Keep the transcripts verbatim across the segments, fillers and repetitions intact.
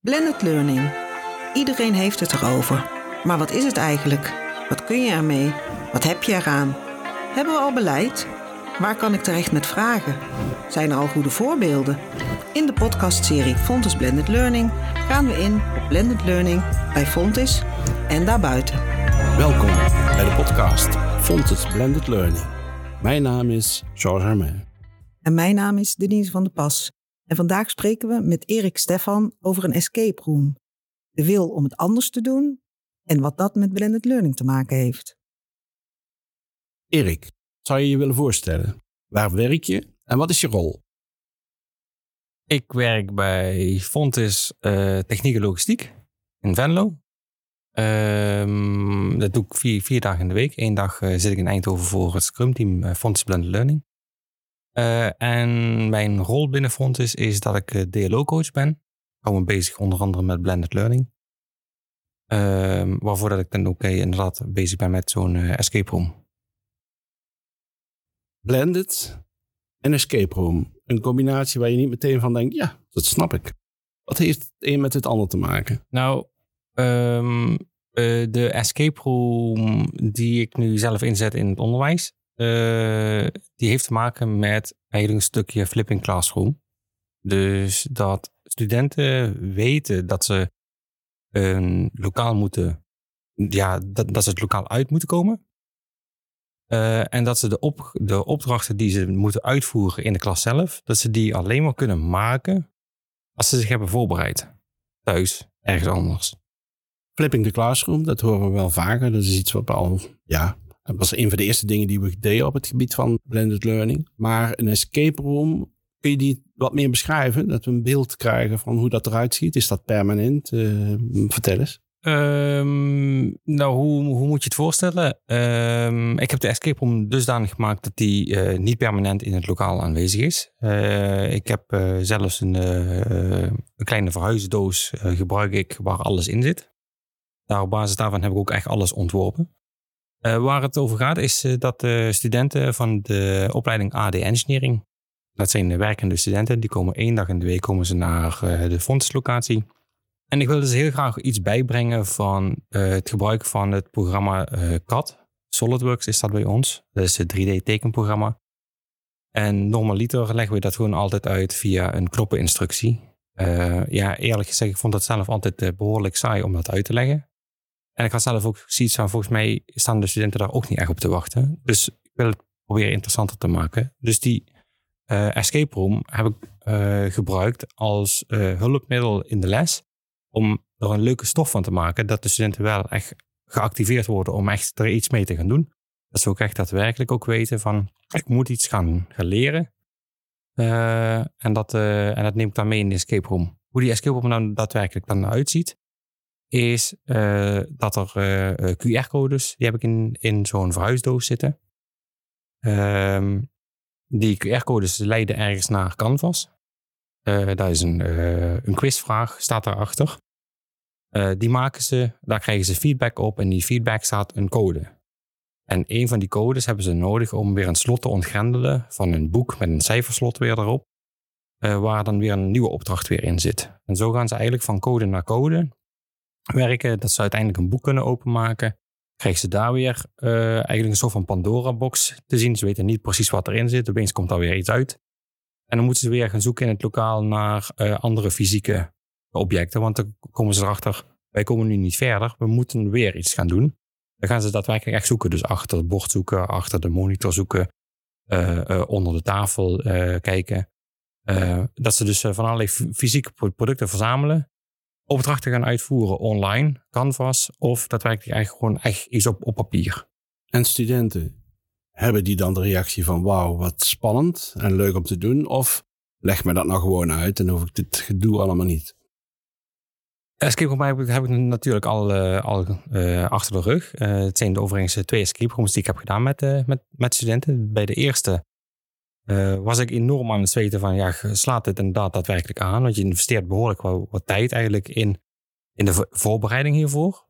Blended learning. Iedereen heeft het erover. Maar wat is het eigenlijk? Wat kun je ermee? Wat heb je eraan? Hebben we al beleid? Waar kan ik terecht met vragen? Zijn er al goede voorbeelden? In de podcastserie Fontys Blended Learning gaan we in op blended learning bij Fontys en daarbuiten. Welkom bij de podcast Fontys Blended Learning. Mijn naam is Georges Hermain. En mijn naam is Denise van der Pas. En vandaag spreken we met Erik Stefan over een escape room. De wil om het anders te doen en wat dat met blended learning te maken heeft. Erik, zou je je willen voorstellen? Waar werk je en wat is je rol? Ik werk bij Fontys uh, Techniek en Logistiek in Venlo. Um, dat doe ik vier, vier dagen in de week. Eén dag uh, zit ik in Eindhoven voor het Scrum team uh, Fontys Blended Learning. Uh, en mijn rol binnen Fontys is dat ik uh, D L O-coach ben. Ik hou me bezig onder andere met blended learning. Uh, waarvoor dat ik dan ook uh, inderdaad bezig ben met zo'n uh, escape room. Blended en escape room. Een combinatie waar je niet meteen van denkt, ja, dat snap ik. Wat heeft het een met het ander te maken? Nou, um, uh, de escape room die ik nu zelf inzet in het onderwijs, uh, die heeft te maken met eigenlijk een stukje flipping classroom. Dus dat studenten weten dat ze een lokaal moeten, ja, dat, dat ze het lokaal uit moeten komen. Uh, en dat ze de, op, de opdrachten die ze moeten uitvoeren in de klas zelf, dat ze die alleen maar kunnen maken als ze zich hebben voorbereid. Thuis, ergens anders. Flipping the classroom, dat horen we wel vaker. Dat is iets wat we al, ja, dat was een van de eerste dingen die we deden op het gebied van blended learning. Maar een escape room, kun je die wat meer beschrijven? Dat we een beeld krijgen van hoe dat eruit ziet. Is dat permanent? Uh, vertel eens. Um, nou, hoe, hoe moet je het voorstellen? Um, ik heb de escape room dusdanig gemaakt dat die uh, niet permanent in het lokaal aanwezig is. Uh, ik heb uh, zelfs een, uh, een kleine verhuisdoos uh, gebruik ik waar alles in zit. Daar op basis daarvan heb ik ook echt alles ontworpen. Uh, waar het over gaat is uh, dat de studenten van de opleiding A D Engineering, dat zijn de werkende studenten, die komen één dag in de week komen ze naar uh, de Fontys locatie. En ik wilde dus heel graag iets bijbrengen van uh, het gebruik van het programma uh, C A D. SolidWorks is dat bij ons. Dat is het drie D tekenprogramma. En normaliter leggen we dat gewoon altijd uit via een knoppeninstructie. Uh, ja, eerlijk gezegd, ik vond dat zelf altijd uh, behoorlijk saai om dat uit te leggen. En ik had zelf ook zoiets van, volgens mij staan de studenten daar ook niet echt op te wachten. Dus ik wil het proberen interessanter te maken. Dus die uh, escape room heb ik uh, gebruikt als uh, hulpmiddel in de les. Om er een leuke stof van te maken. Dat de studenten wel echt geactiveerd worden om echt er iets mee te gaan doen. Dat ze ook echt daadwerkelijk ook weten van, ik moet iets gaan, gaan leren. Uh, en, dat, uh, en dat neem ik dan mee in de escape room. Hoe die escape room nou daadwerkelijk dan uitziet, is uh, dat er uh, Q R-codes, die heb ik in, in zo'n verhuisdoos zitten. Uh, die Q R-codes leiden ergens naar Canvas. Uh, daar is een, uh, een quizvraag, staat daarachter. Uh, die maken ze, daar krijgen ze feedback op en die feedback staat een code. En een van die codes hebben ze nodig om weer een slot te ontgrendelen van een boek met een cijferslot weer erop. Uh, waar dan weer een nieuwe opdracht weer in zit. En zo gaan ze eigenlijk van code naar code werken. Dat ze uiteindelijk een boek kunnen openmaken. Krijgen ze daar weer uh, eigenlijk een soort van Pandora-box te zien. Ze weten niet precies wat erin zit. Opeens komt daar weer iets uit. En dan moeten ze weer gaan zoeken in het lokaal naar uh, andere fysieke objecten. Want dan komen ze erachter, wij komen nu niet verder. We moeten weer iets gaan doen. Dan gaan ze daadwerkelijk echt zoeken. Dus achter het bord zoeken, achter de monitor zoeken. Uh, uh, onder de tafel uh, kijken. Uh, dat ze dus uh, van allerlei fysieke producten verzamelen. Opdrachten gaan uitvoeren online, Canvas. Of daadwerkelijk eigenlijk gewoon echt iets op, op papier. En studenten? Hebben die dan de reactie van wauw, wat spannend en leuk om te doen? Of leg me dat nou gewoon uit en hoef ik dit gedoe allemaal niet? Escape room heb ik, heb ik natuurlijk al, uh, al uh, achter de rug. Uh, het zijn de overigens twee escape rooms die ik heb gedaan met, uh, met, met studenten. Bij de eerste uh, was ik enorm aan het zweten van ja, slaat dit inderdaad daadwerkelijk aan? Want je investeert behoorlijk wat, wat tijd eigenlijk in, in de voorbereiding hiervoor.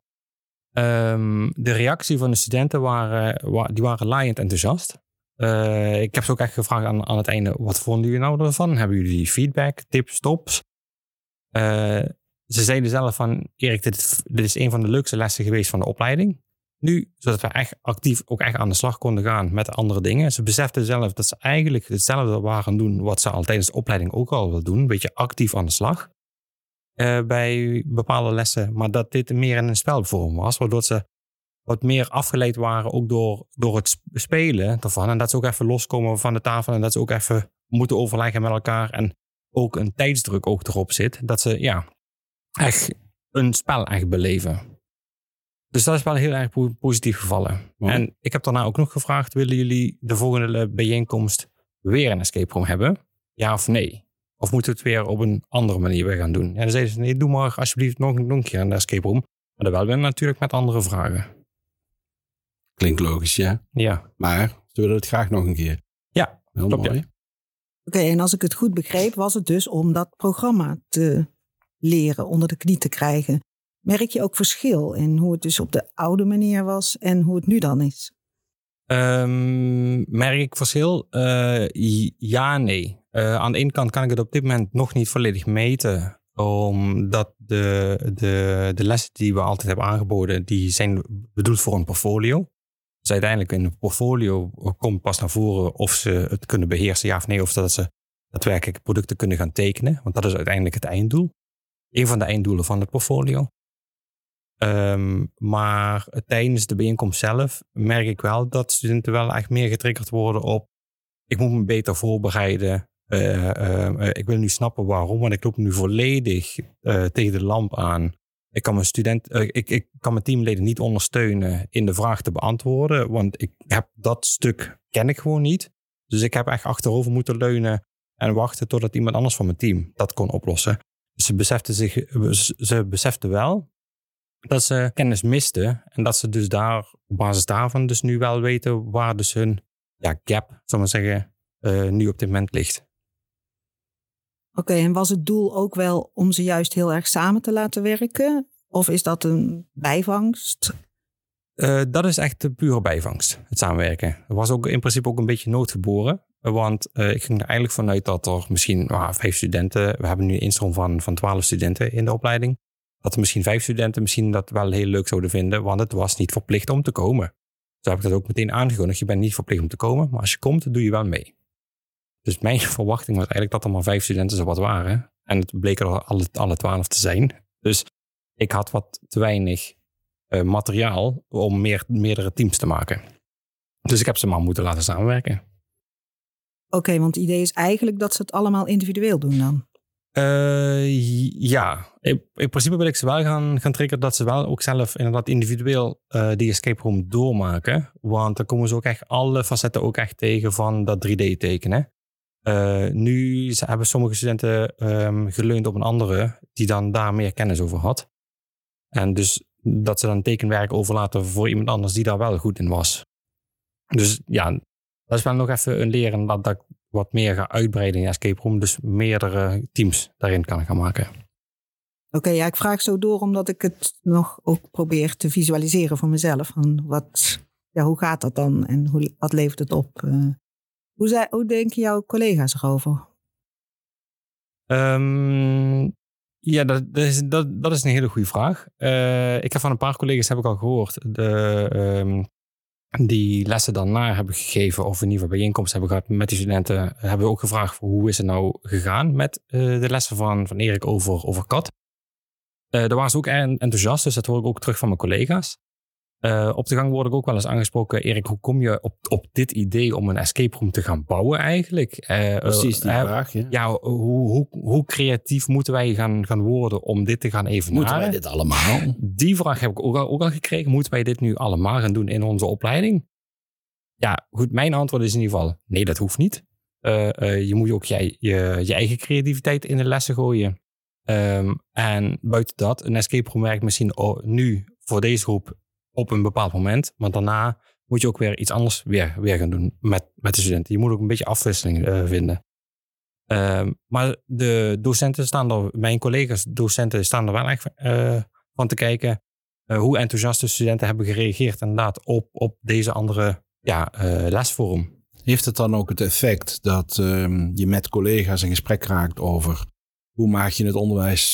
Um, de reactie van de studenten waren, wa, die waren laaiend enthousiast. Uh, ik heb ze ook echt gevraagd aan, aan het einde, wat vonden jullie nou ervan? Hebben jullie feedback, tips, tops? Uh, ze zeiden zelf van, Erik, dit, dit is een van de leukste lessen geweest van de opleiding. Nu, zodat we echt actief ook echt aan de slag konden gaan met andere dingen. Ze beseften zelf dat ze eigenlijk hetzelfde waren gaan doen wat ze al tijdens de opleiding ook al wil doen. Een beetje actief aan de slag uh, bij bepaalde lessen. Maar dat dit meer in een spelvorm was, waardoor ze wat meer afgeleid waren ook door, door het spelen ervan. En dat ze ook even loskomen van de tafel en dat ze ook even moeten overleggen met elkaar. En ook een tijdsdruk ook erop zit. Dat ze ja, echt een spel echt beleven. Dus dat is wel heel erg positief gevallen. Ja. En ik heb daarna ook nog gevraagd, willen jullie de volgende bijeenkomst weer een escape room hebben? Ja of nee? Of moeten we het weer op een andere manier weer gaan doen? Ja, dan zeiden ze, nee, doe maar alsjeblieft nog, nog een keer een escape room. Maar dan wel weer natuurlijk met andere vragen. Klinkt logisch, ja. Ja. Maar ze willen het graag nog een keer. Ja, heel klopt, mooi. Ja. Oké, okay, en als ik het goed begreep, was het dus om dat programma te leren, onder de knie te krijgen. Merk je ook verschil in hoe het dus op de oude manier was en hoe het nu dan is? Um, merk ik verschil? Uh, ja, nee. Uh, aan de ene kant kan ik het op dit moment nog niet volledig meten. Omdat de, de, de lessen die we altijd hebben aangeboden, die zijn bedoeld voor een portfolio. Dus uiteindelijk in een portfolio komt pas naar voren of ze het kunnen beheersen, ja of nee. Of dat ze daadwerkelijk producten kunnen gaan tekenen. Want dat is uiteindelijk het einddoel. Een van de einddoelen van het portfolio. Um, maar tijdens de bijeenkomst zelf merk ik wel dat studenten wel echt meer getriggerd worden op ik moet me beter voorbereiden. Uh, uh, uh, ik wil nu snappen waarom, want ik loop nu volledig uh, tegen de lamp aan. Ik kan mijn student, uh, ik, ik kan mijn teamleden niet ondersteunen in de vraag te beantwoorden, want ik heb dat stuk ken ik gewoon niet. Dus ik heb echt achterover moeten leunen en wachten totdat iemand anders van mijn team dat kon oplossen. Dus ze beseften zich, ze beseften wel dat ze kennis misten en dat ze dus daar op basis daarvan dus nu wel weten waar dus hun ja, gap, zal ik maar zeggen, uh, nu op dit moment ligt. Oké, okay, en was het doel ook wel om ze juist heel erg samen te laten werken? Of is dat een bijvangst? Uh, dat is echt de pure bijvangst, het samenwerken. Het was ook in principe ook een beetje noodgeboren. Want uh, ik ging er eigenlijk vanuit dat er misschien uh, vijf studenten... We hebben nu een instroom van, van twaalf studenten in de opleiding. Dat er misschien vijf studenten misschien dat wel heel leuk zouden vinden. Want het was niet verplicht om te komen. Zo heb ik dat ook meteen aangekondigd. Je bent niet verplicht om te komen. Maar als je komt, dan doe je wel mee. Dus mijn verwachting was eigenlijk dat er maar vijf studenten zo wat waren. En het bleken er alle, alle twaalf te zijn. Dus ik had wat te weinig uh, materiaal om meer, meerdere teams te maken. Dus ik heb ze maar moeten laten samenwerken. Oké, okay, want het idee is eigenlijk dat ze het allemaal individueel doen dan? Uh, ja, in, in principe wil ik ze wel gaan, gaan triggeren dat ze wel ook zelf inderdaad individueel uh, die escape room doormaken. Want dan komen ze ook echt alle facetten ook echt tegen van dat drie D tekenen. Uh, nu hebben sommige studenten um, geleund op een andere die dan daar meer kennis over had. En dus dat ze dan tekenwerk overlaten voor iemand anders die daar wel goed in was. Dus ja, dat is wel nog even een leren dat, dat ik wat meer ga uitbreiden in escape room. Dus meerdere teams daarin kan gaan maken. Oké, okay, ja, ik vraag zo door omdat ik het nog ook probeer te visualiseren voor mezelf. Van wat, ja, hoe gaat dat dan en hoe, wat levert het op? Uh, hoe, zij, hoe denken jouw collega's erover? Um, ja, dat, dat, is, dat, dat is een hele goede vraag. Uh, ik heb van een paar collega's heb ik al gehoord de, um, die lessen daarna hebben gegeven of in ieder geval bijeenkomst hebben gehad met die studenten. Hebben we ook gevraagd voor hoe is het nou gegaan met uh, de lessen van, van Erik over, over Kat. Uh, daar waren ze ook enthousiast, dus dat hoor ik ook terug van mijn collega's. Uh, op de gang word ik ook wel eens aangesproken. Erik, hoe kom je op, op dit idee om een escape room te gaan bouwen eigenlijk? Uh, Precies die uh, vraag, ja. ja hoe, hoe, hoe creatief moeten wij gaan, gaan worden om dit te gaan evenaren? Moeten wij dit allemaal? Die vraag heb ik ook al, ook al gekregen. Moeten wij dit nu allemaal gaan doen in onze opleiding? Ja, goed. Mijn antwoord is in ieder geval, nee, dat hoeft niet. Uh, uh, je moet ook je, je, je eigen creativiteit in de lessen gooien. Um, en buiten dat, een escape room werkt misschien oh, nu voor deze groep op een bepaald moment. Maar daarna moet je ook weer iets anders weer, weer gaan doen met, met de studenten. Je moet ook een beetje afwisseling uh, vinden. Uh, maar de docenten staan er, mijn collega's docenten staan er wel echt uh, van te kijken. Uh, hoe enthousiast de studenten hebben gereageerd inderdaad op, op deze andere ja, uh, lesvorm. Heeft het dan ook het effect dat um, je met collega's in gesprek raakt over hoe maak je het onderwijs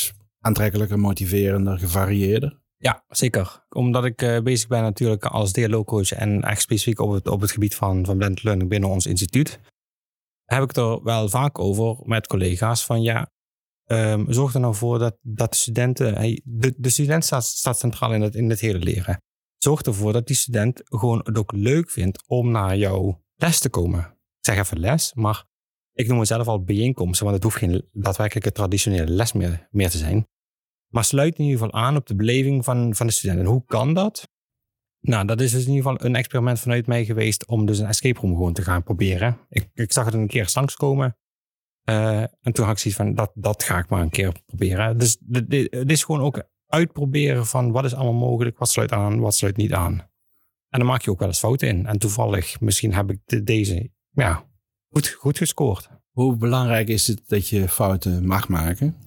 aantrekkelijker, motiverender, gevarieerder? Ja, zeker. Omdat ik uh, bezig ben natuurlijk als D L O-coach en echt specifiek op het, op het gebied van, van blended learning binnen ons instituut, heb ik er wel vaak over met collega's van ja, um, zorg er nou voor dat, dat de studenten, hey, de, de student staat, staat centraal in het, in het hele leren. Zorg ervoor dat die student gewoon het ook leuk vindt om naar jouw les te komen. Ik zeg even les, maar ik noem het zelf al bijeenkomsten, want het hoeft geen daadwerkelijke traditionele les meer, meer te zijn. Maar sluit in ieder geval aan op de beleving van, van de student. En hoe kan dat? Nou, dat is dus in ieder geval een experiment vanuit mij geweest om dus een escape room gewoon te gaan proberen. Ik, ik zag het een keer langskomen. Uh, en toen had ik zoiets van, dat, dat ga ik maar een keer proberen. Dus het is gewoon ook uitproberen van wat is allemaal mogelijk, wat sluit aan, wat sluit niet aan. En dan maak je ook wel eens fouten in. En toevallig, misschien heb ik de, deze ja, goed, goed gescoord. Hoe belangrijk is het dat je fouten mag maken?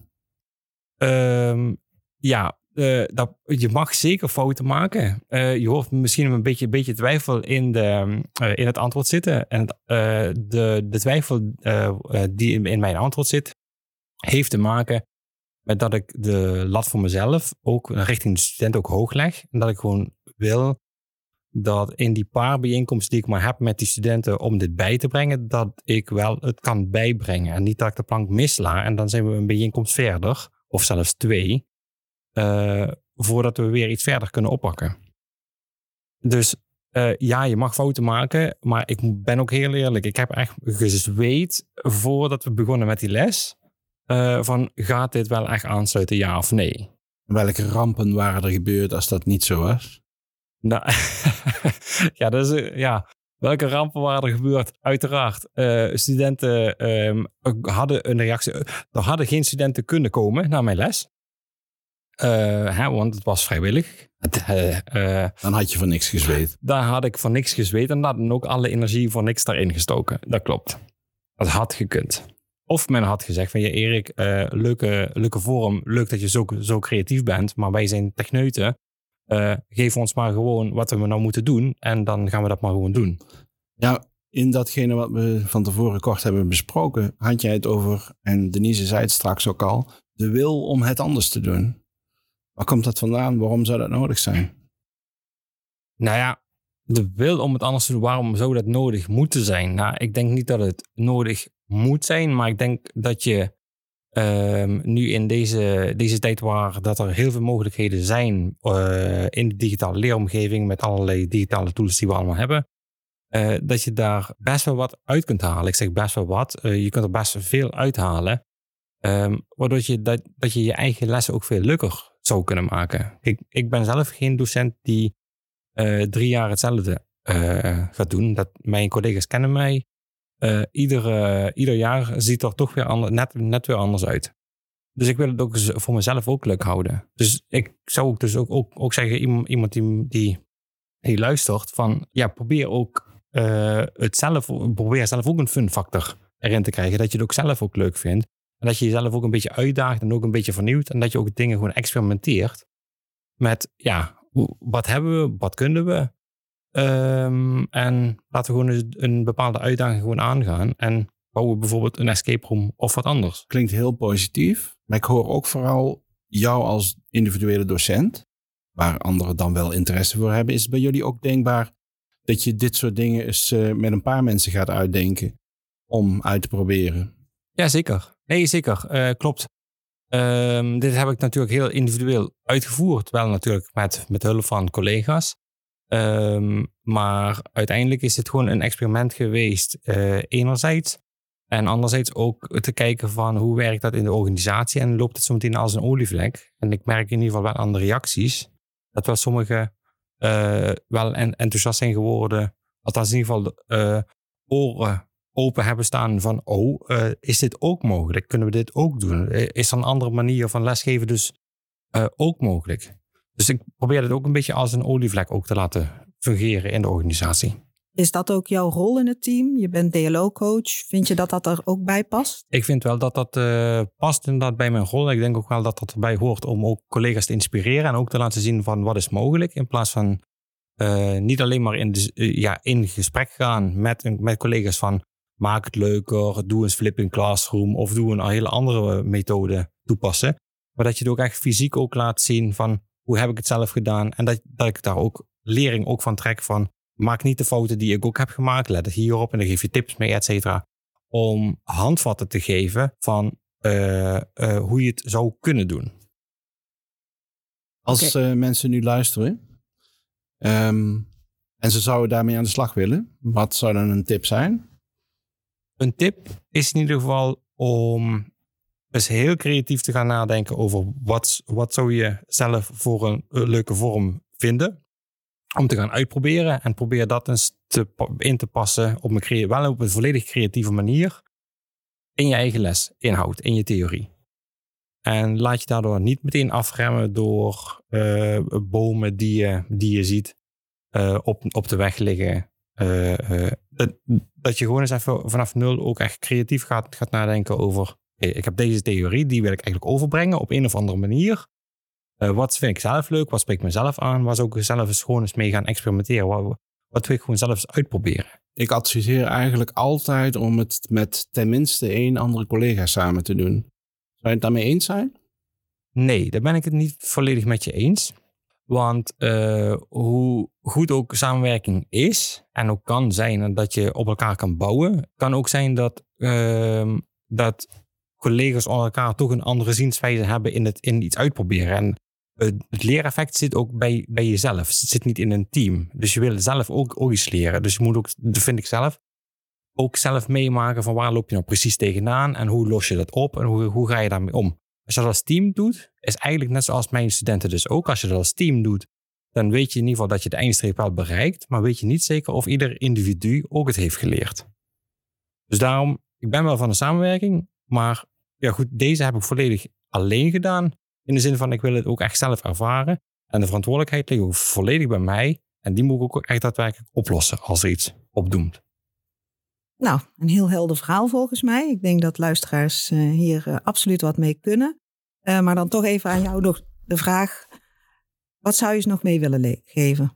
Um, ja, uh, dat, je mag zeker fouten maken. Uh, je hoort misschien een beetje, beetje twijfel in, de, uh, in het antwoord zitten. En uh, de, de twijfel uh, die in, in mijn antwoord zit, heeft te maken met dat ik de lat voor mezelf ook richting de student ook hoog leg. En dat ik gewoon wil dat in die paar bijeenkomsten die ik maar heb met die studenten om dit bij te brengen, dat ik wel het kan bijbrengen. En niet dat ik de plank misla en dan zijn we een bijeenkomst verder. Of zelfs twee, uh, voordat we weer iets verder kunnen oppakken. Dus uh, ja, je mag fouten maken, maar ik ben ook heel eerlijk. Ik heb echt gezweet voordat we begonnen met die les, uh, van gaat dit wel echt aansluiten, ja of nee? Welke rampen waren er gebeurd als dat niet zo was? Nou, ja, dat is, ja, welke rampen waren er gebeurd? Uiteraard, uh, studenten um, hadden een reactie. Er hadden geen studenten kunnen komen naar mijn les. Uh, hè, want het was vrijwillig. Het, uh, uh, dan had je van niks gezweet. Daar had ik van niks gezweet en hadden ook alle energie voor niks daarin gestoken. Dat klopt. Dat had gekund. Of men had gezegd van ja, Erik, uh, leuke, leuke vorm. Leuk dat je zo, zo creatief bent, maar wij zijn techneuten. Uh, geef ons maar gewoon wat we nou moeten doen en dan gaan we dat maar gewoon doen. Ja, in datgene wat we van tevoren kort hebben besproken, had jij het over, en Denise zei het straks ook al, de wil om het anders te doen. Waar komt dat vandaan? Waarom zou dat nodig zijn? Nou ja, de wil om het anders te doen, waarom zou dat nodig moeten zijn? Nou, ik denk niet dat het nodig moet zijn, maar ik denk dat je Um, nu in deze, deze tijd waar dat er heel veel mogelijkheden zijn uh, in de digitale leeromgeving met allerlei digitale tools die we allemaal hebben, uh, dat je daar best wel wat uit kunt halen. Ik zeg best wel wat. Uh, je kunt er best veel uithalen. Um, waardoor je dat, dat je je eigen lessen ook veel leuker zou kunnen maken. Ik, ik ben zelf geen docent die uh, drie jaar hetzelfde uh, gaat doen. Dat, mijn collega's kennen mij. Uh, ieder, uh, ieder jaar ziet er toch weer ander, net, net weer anders uit. Dus ik wil het ook voor mezelf ook leuk houden. Dus ik zou ook, dus ook, ook, ook zeggen, iemand, iemand die, die, die luistert, van ja, probeer ook uh, het zelf, probeer zelf ook een fun factor erin te krijgen. Dat je het ook zelf ook leuk vindt. En dat je jezelf ook een beetje uitdaagt en ook een beetje vernieuwt. En dat je ook dingen gewoon experimenteert met, ja, wat hebben we, wat kunnen we? Um, en laten we gewoon een, een bepaalde uitdaging gewoon aangaan. En bouwen bijvoorbeeld een escape room of wat anders. Klinkt heel positief. Maar ik hoor ook vooral jou als individuele docent, waar anderen dan wel interesse voor hebben. Is het bij jullie ook denkbaar dat je dit soort dingen eens uh, met een paar mensen gaat uitdenken om uit te proberen? Ja, zeker. Nee, zeker. Uh, klopt. Um, dit heb ik natuurlijk heel individueel uitgevoerd. Wel natuurlijk met, met hulp van collega's. Um, maar uiteindelijk is het gewoon een experiment geweest. Uh, enerzijds. En anderzijds ook te kijken van hoe werkt dat in de organisatie. En loopt het zo meteen als een olievlek. En ik merk in ieder geval wel aan de reacties. Dat wel sommigen uh, wel enthousiast zijn geworden. Althans in ieder geval uh, oren open hebben staan van, oh, uh, is dit ook mogelijk? Kunnen we dit ook doen? Is er een andere manier van lesgeven dus uh, ook mogelijk? Dus ik probeer het ook een beetje als een olievlek ook te laten fungeren in de organisatie. Is dat ook jouw rol in het team? Je bent D L O-coach. Vind je dat dat er ook bij past? Ik vind wel dat dat uh, past inderdaad bij mijn rol. Ik denk ook wel dat dat erbij hoort om ook collega's te inspireren en ook te laten zien van wat is mogelijk. In plaats van uh, niet alleen maar in, de, uh, ja, in gesprek gaan met, met collega's van maak het leuker, doe een flipping classroom of doe een hele andere methode toepassen. Maar dat je het ook echt fysiek ook laat zien van hoe heb ik het zelf gedaan. En dat, dat ik daar ook lering ook van trek van maak niet de fouten die ik ook heb gemaakt. Let hierop en dan geef je tips mee, et cetera. Om handvatten te geven van uh, uh, hoe je het zou kunnen doen. Als okay. uh, mensen nu luisteren um, en ze zouden daarmee aan de slag willen, wat zou dan een tip zijn? Een tip is in ieder geval om eens heel creatief te gaan nadenken over wat, wat zou je zelf voor een, een leuke vorm vinden. Om te gaan uitproberen en probeer dat eens te, in te passen op een, crea- wel op een volledig creatieve manier in je eigen les, inhoud, in je theorie. En laat je daardoor niet meteen afremmen door uh, bomen die je, die je ziet uh, op, op de weg liggen. Uh, uh, dat, dat je gewoon eens even vanaf nul ook echt creatief gaat, gaat nadenken over hey, ik heb deze theorie, die wil ik eigenlijk overbrengen op een of andere manier. Uh, wat vind ik zelf leuk? Wat spreekt mezelf aan? Waar zou ik zelf eens gewoon eens mee gaan experimenteren? Wat, wat wil ik gewoon zelf eens uitproberen? Ik adviseer eigenlijk altijd om het met tenminste één andere collega samen te doen. Zou je het daarmee eens zijn? Nee, daar ben ik het niet volledig met je eens. Want uh, hoe goed ook samenwerking is en ook kan zijn en dat je op elkaar kan bouwen, kan ook zijn dat, uh, dat collega's onder elkaar toch een andere zienswijze hebben in, het, in iets uitproberen. En het leereffect zit ook bij, bij jezelf. Het zit niet in een team. Dus je wil zelf ook, ook iets leren. Dus je moet ook, dat vind ik zelf, ook zelf meemaken van waar loop je nou precies tegenaan en hoe los je dat op en hoe, hoe ga je daarmee om. Als je dat als team doet, is eigenlijk net zoals mijn studenten dus ook. Als je dat als team doet, dan weet je in ieder geval dat je de eindstreep wel bereikt, maar weet je niet zeker of ieder individu ook het heeft geleerd. Dus daarom, ik ben wel van de samenwerking, maar ja goed, deze heb ik volledig alleen gedaan. In de zin van, ik wil het ook echt zelf ervaren. En de verantwoordelijkheid ligt ook volledig bij mij. En die moet ik ook echt daadwerkelijk oplossen als er iets opdoemt. Nou, een heel helder verhaal volgens mij. Ik denk dat luisteraars uh, hier uh, absoluut wat mee kunnen. Uh, maar dan toch even aan jou nog de vraag. Wat zou je ze nog mee willen le- geven?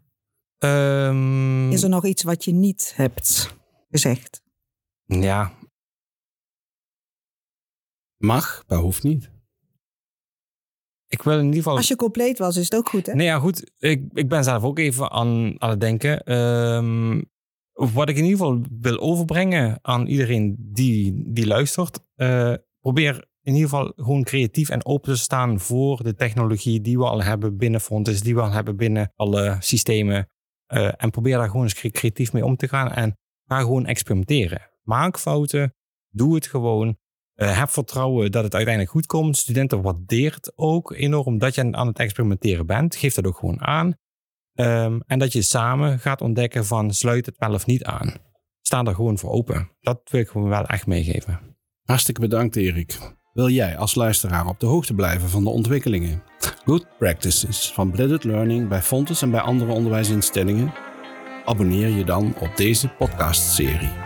Um, Is er nog iets wat je niet hebt gezegd? Ja. Mag, maar hoeft niet. Ik wil in ieder geval... Als je compleet was, is het ook goed, hè? Nee, ja, goed. Ik, ik ben zelf ook even aan, aan het denken. Um, wat ik in ieder geval wil overbrengen aan iedereen die, die luistert. Uh, probeer in ieder geval gewoon creatief en open te staan voor de technologie die we al hebben binnen Fontys, die we al hebben binnen alle systemen. Uh, en probeer daar gewoon eens creatief mee om te gaan. En ga gewoon experimenteren. Maak fouten. Doe het gewoon. Uh, heb vertrouwen dat het uiteindelijk goed komt. Studenten waardeert ook enorm dat je aan het experimenteren bent. Geef dat ook gewoon aan. Um, en dat je samen gaat ontdekken van sluit het wel of niet aan. Sta er gewoon voor open. Dat wil ik gewoon wel echt meegeven. Hartstikke bedankt, Erik. Wil jij als luisteraar op de hoogte blijven van de ontwikkelingen, good practices van blended learning bij Fontys en bij andere onderwijsinstellingen? Abonneer je dan op deze podcastserie.